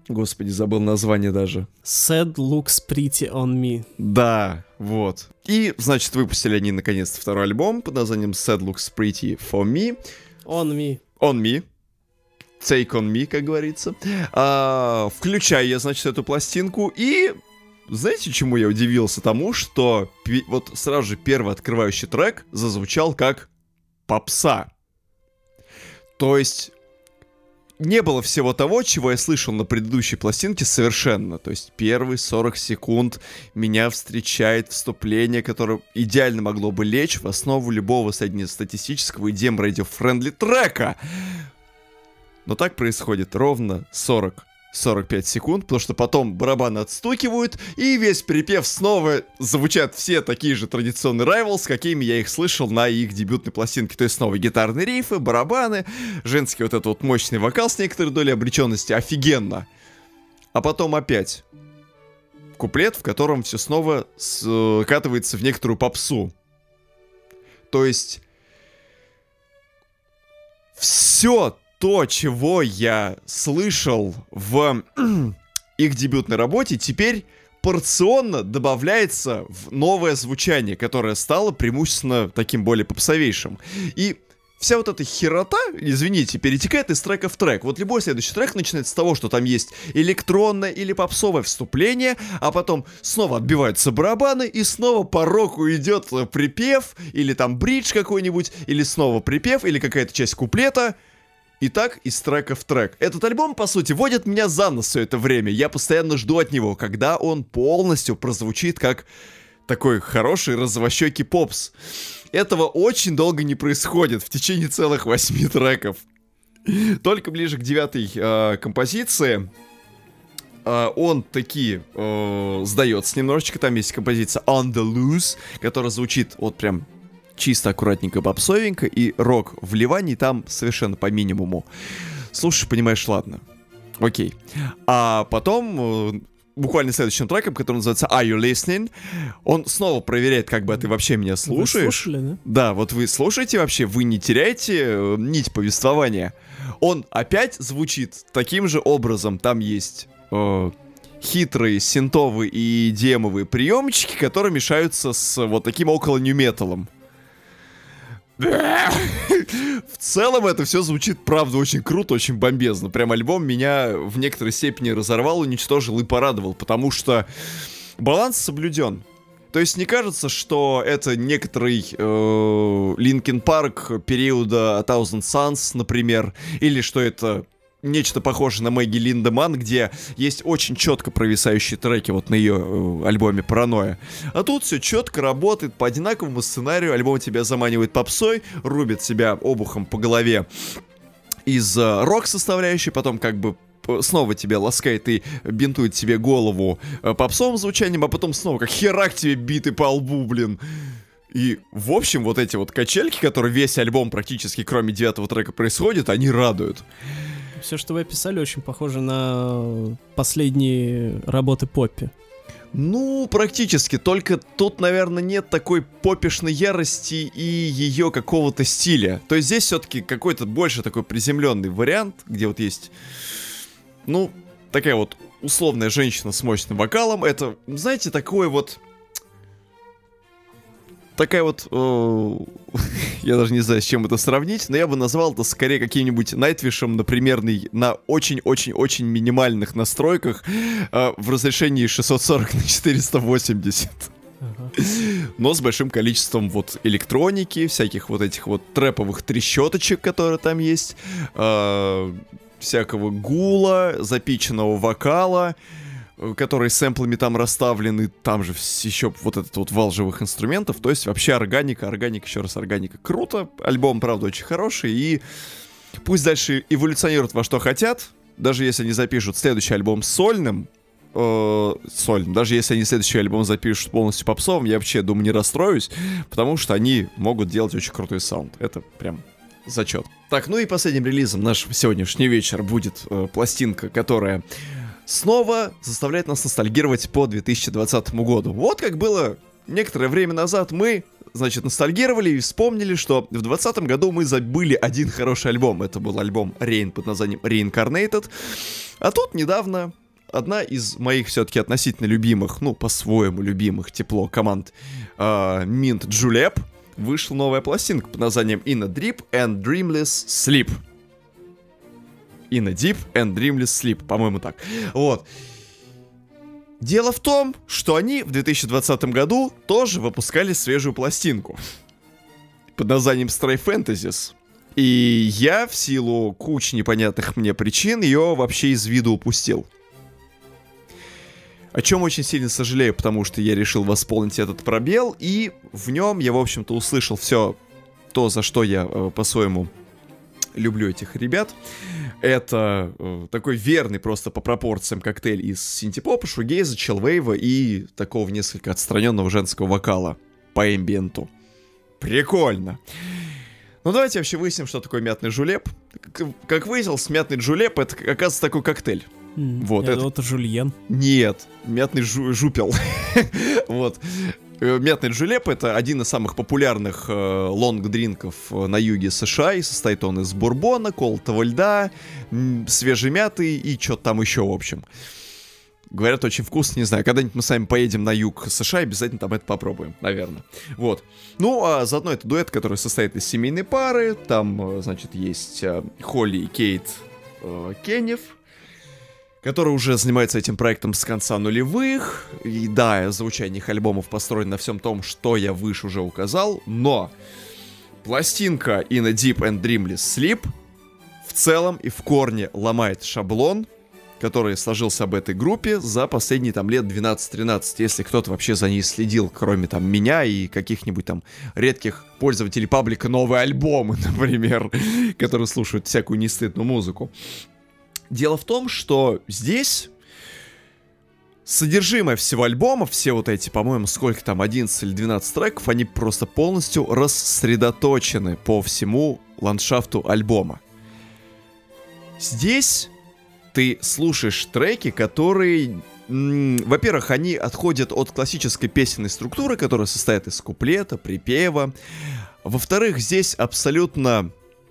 Господи, забыл название даже. Sad Looks Pretty on Me. Да, вот. И, значит, выпустили они, наконец-то, второй альбом под названием Sad Looks Pretty for Me. On Me. On Me. Take on Me, как говорится. А, включаю я, значит, эту пластинку. И знаете, чему я удивился? Тому, что пи- вот сразу же первый открывающий трек зазвучал как попса. То есть не было всего того, чего я слышал на предыдущей пластинке совершенно. То есть первые сорок секунд меня встречает вступление, которое идеально могло бы лечь в основу любого среднестатистического и дем-радио-френдли трека. Но так происходит ровно сорок сорок пять секунд, потому что потом барабаны отстукивают, и весь припев снова звучат все такие же традиционные Rivals, какими я их слышал на их дебютной пластинке. То есть снова гитарные рифы, барабаны, женский вот этот вот мощный вокал с некоторой долей обреченности. Офигенно. А потом опять куплет, в котором все снова скатывается в некоторую попсу. То есть все то, чего я слышал в их дебютной работе, теперь порционно добавляется в новое звучание, которое стало преимущественно таким более попсовейшим. И вся вот эта херота, извините, перетекает из трека в трек. Вот любой следующий трек начинается с того, что там есть электронное или попсовое вступление, а потом снова отбиваются барабаны, и снова по року идет припев, или там бридж какой-нибудь, или снова припев, или какая-то часть куплета. И так из трека в трек. Этот альбом, по сути, водит меня за нос все это время. Я постоянно жду от него, когда он полностью прозвучит как такой хороший розовощекий попс. Этого очень долго не происходит, в течение целых восьми треков. Только ближе к девятой э, композиции э, он таки э, сдается немножечко. Там есть композиция On the Loose, которая звучит вот прям чисто, аккуратненько, попсовенько, и рок вливаний там совершенно по минимуму. Слушай, понимаешь, ладно. Окей. А потом, буквально следующим треком, который называется Are You Listening, он снова проверяет, как бы, а ты вообще меня слушаешь? Вы слушали, да? Да, вот вы слушаете вообще, вы не теряете нить повествования. Он опять звучит таким же образом. Там есть э, хитрые синтовые и демовые приемчики, которые мешаются с вот таким около нью-металом. В целом это все звучит, правда, очень круто, очень бомбезно. Прям альбом меня в некоторой степени разорвал, уничтожил и порадовал, потому что баланс соблюден. То есть не кажется, что это некоторый Линкин Парк периода A Thousand Suns, например, или что это нечто похожее на Мэгги Линдеман, где есть очень четко провисающие треки вот на ее э, альбоме «Паранойя». А тут все четко работает по одинаковому сценарию. Альбом тебя заманивает попсой, рубит себя обухом по голове из э, рок-составляющей, потом как бы снова тебя ласкает и бинтует тебе голову э, попсовым звучанием, а потом снова как херак тебе биты по лбу, блин. И, в общем, вот эти вот качельки, которые весь альбом практически, кроме девятого трека, происходят, они радуют. Все, что вы описали, очень похоже на последние работы Поппи. Ну, практически. Только тут, наверное, нет такой попишной ярости и ее какого-то стиля. То есть здесь все-таки какой-то больше такой приземленный вариант, где вот есть, ну, такая вот условная женщина с мощным вокалом. Это, знаете, такое вот... Такая вот, э, я даже не знаю, с чем это сравнить, но я бы назвал это скорее каким-нибудь Найтвишем, например, на очень-очень-очень минимальных настройках э, в разрешении шестьсот сорок на четыреста восемьдесят. Ага. Но с большим количеством вот электроники, всяких вот этих вот трэповых трещоточек, которые там есть, э, всякого гула, запиченного вокала, которые сэмплами там расставлены, там же еще вот этот вот вал живых инструментов, то есть вообще органика, органика, еще раз органика. Круто, альбом, правда, очень хороший, и пусть дальше эволюционируют во что хотят, даже если они запишут следующий альбом сольным, э, сольным, даже если они следующий альбом запишут полностью попсовым, я вообще, думаю, не расстроюсь, потому что они могут делать очень крутой саунд, это прям... зачет. Так, ну и последним релизом нашего сегодняшнего вечера будет э, пластинка, которая снова заставляет нас ностальгировать по две тысячи двадцатому году. Вот как было некоторое время назад, мы значит, ностальгировали и вспомнили, что в двадцатом году мы забыли один хороший альбом. Это был альбом Rain под названием Reincarnated. А тут недавно одна из моих все-таки относительно любимых, ну, по-своему любимых тепло команд э, Mint Julep вышла новая пластинка под названием In a Deep and Dreamless Sleep. In a Deep and Dreamless Sleep, по-моему, так. Вот. Дело в том, что они в две тысячи двадцатом году тоже выпускали свежую пластинку под названием Stray Fantasies. И я в силу кучи непонятных мне причин ее вообще из виду упустил. О чем очень сильно сожалею, потому что я решил восполнить этот пробел, и в нем я, в общем-то, услышал все то, за что я э, по-своему люблю этих ребят. Это э, такой верный просто по пропорциям коктейль из синтепопа, шугейза, чиллвейва и такого несколько отстраненного женского вокала по эмбиенту. Прикольно. Ну давайте вообще выясним, что такое мятный жулеп. Как, как выяснилось, мятный жулеп — это, оказывается, такой коктейль. Mm, вот, это, это это жульен. Нет, мятный жу- жупел. Вот. Мятный джулеп — это один из самых популярных э, лонг-дринков на юге США, и состоит он из бурбона, колотого льда, м- свежей мяты и что-то там еще, в общем. Говорят, очень вкусно, не знаю, когда-нибудь мы с вами поедем на юг США, обязательно там это попробуем, наверное. Вот. Ну, а заодно это дуэт, который состоит из семейной пары, там, значит, есть э, Холли и Кейт э, Кенниф, который уже занимается этим проектом с конца нулевых. И да, звучание их альбомов построено на всем том, что я выше уже указал. Но пластинка In a Deep and Dreamless Sleep в целом и в корне ломает шаблон, который сложился об этой группе за последние там лет двенадцать-тринадцать, если кто-то вообще за ней следил, кроме там меня и каких-нибудь там редких пользователей паблика «Новые альбомы», например, которые слушают всякую нестыдную музыку. Дело в том, что здесь содержимое всего альбома, все вот эти, по-моему, сколько там, одиннадцать или двенадцать треков, они просто полностью рассредоточены по всему ландшафту альбома. Здесь ты слушаешь треки, которые, м- во-первых, они отходят от классической песенной структуры, которая состоит из куплета, припева. Во-вторых, здесь абсолютно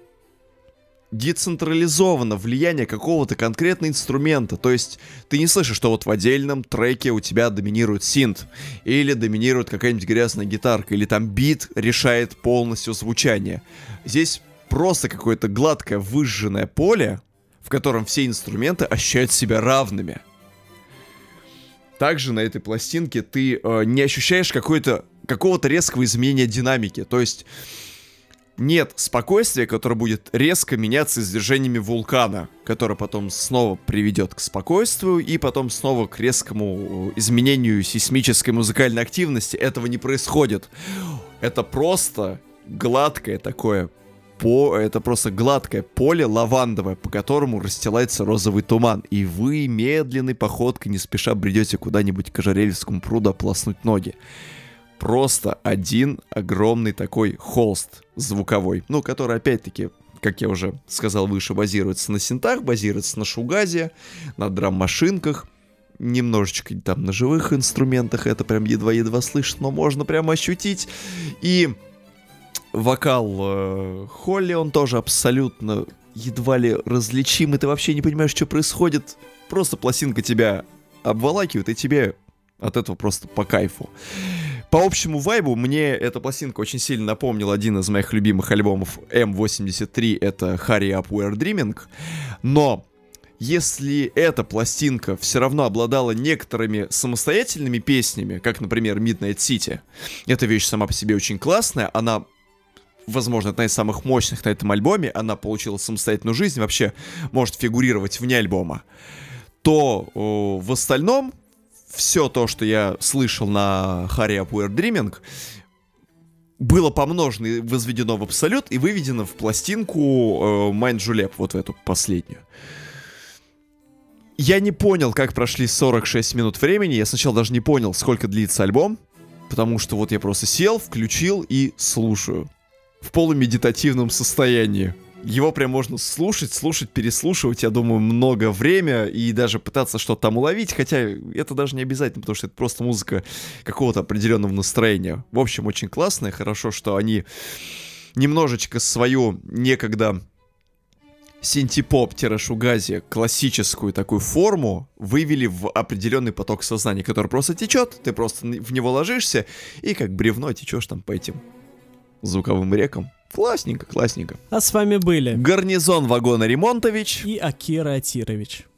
децентрализовано влияние какого-то конкретного инструмента. То есть ты не слышишь, что вот в отдельном треке у тебя доминирует синт, или доминирует какая-нибудь грязная гитарка, или там бит решает полностью звучание. Здесь просто какое-то гладкое выжженное поле, в котором все инструменты ощущают себя равными. Также на этой пластинке ты э, не ощущаешь какой-то, какого-то резкого изменения динамики. То есть нет спокойствия, которое будет резко меняться извержениями вулкана, которое потом снова приведет к спокойствию и потом снова к резкому изменению сейсмической музыкальной активности. Этого не происходит. Это просто гладкое такое, по, это просто гладкое поле лавандовое, по которому расстилается розовый туман, и вы медленной походкой не спеша бредете куда-нибудь к Ожерельевскому пруду ополоснуть ноги. Просто один огромный такой холст звуковой, ну, который, опять-таки, как я уже сказал выше, базируется на синтах, базируется на шугазе, на драм-машинках, немножечко там на живых инструментах, это прям едва-едва слышно, но можно прям ощутить. И вокал э, Холли, он тоже абсолютно едва ли различим, и ты вообще не понимаешь, что происходит. Просто пластинка тебя обволакивает, и тебе от этого просто по кайфу. По общему вайбу мне эта пластинка очень сильно напомнила один из моих любимых альбомов эм восемьдесят три, это Hurry Up We're Dreaming, но если эта пластинка все равно обладала некоторыми самостоятельными песнями, как, например, Midnight City, эта вещь сама по себе очень классная, она, возможно, одна из самых мощных на этом альбоме, она получила самостоятельную жизнь, вообще может фигурировать вне альбома, то о, в остальном все то, что я слышал на Hurry Up We're Dreaming, было помножено и возведено в абсолют и выведено в пластинку э, Mind Julep, вот в эту последнюю. Я не понял, как прошли сорок шесть минут времени. Я сначала даже не понял, сколько длится альбом, потому что вот я просто сел, включил и слушаю в полумедитативном состоянии. его прям можно слушать, слушать, переслушивать, я думаю, много время и даже пытаться что-то там уловить, хотя это даже не обязательно, потому что это просто музыка какого-то определенного настроения. В общем, очень классная, хорошо, что они немножечко свою некогда синтепоп-шугази классическую такую форму вывели в определенный поток сознания, который просто течет, ты просто в него ложишься и как бревно течешь там по этим звуковым рекам. Классненько, классненько. А с вами были Гарнизон Вагона Ремонтович и Акира Атирович.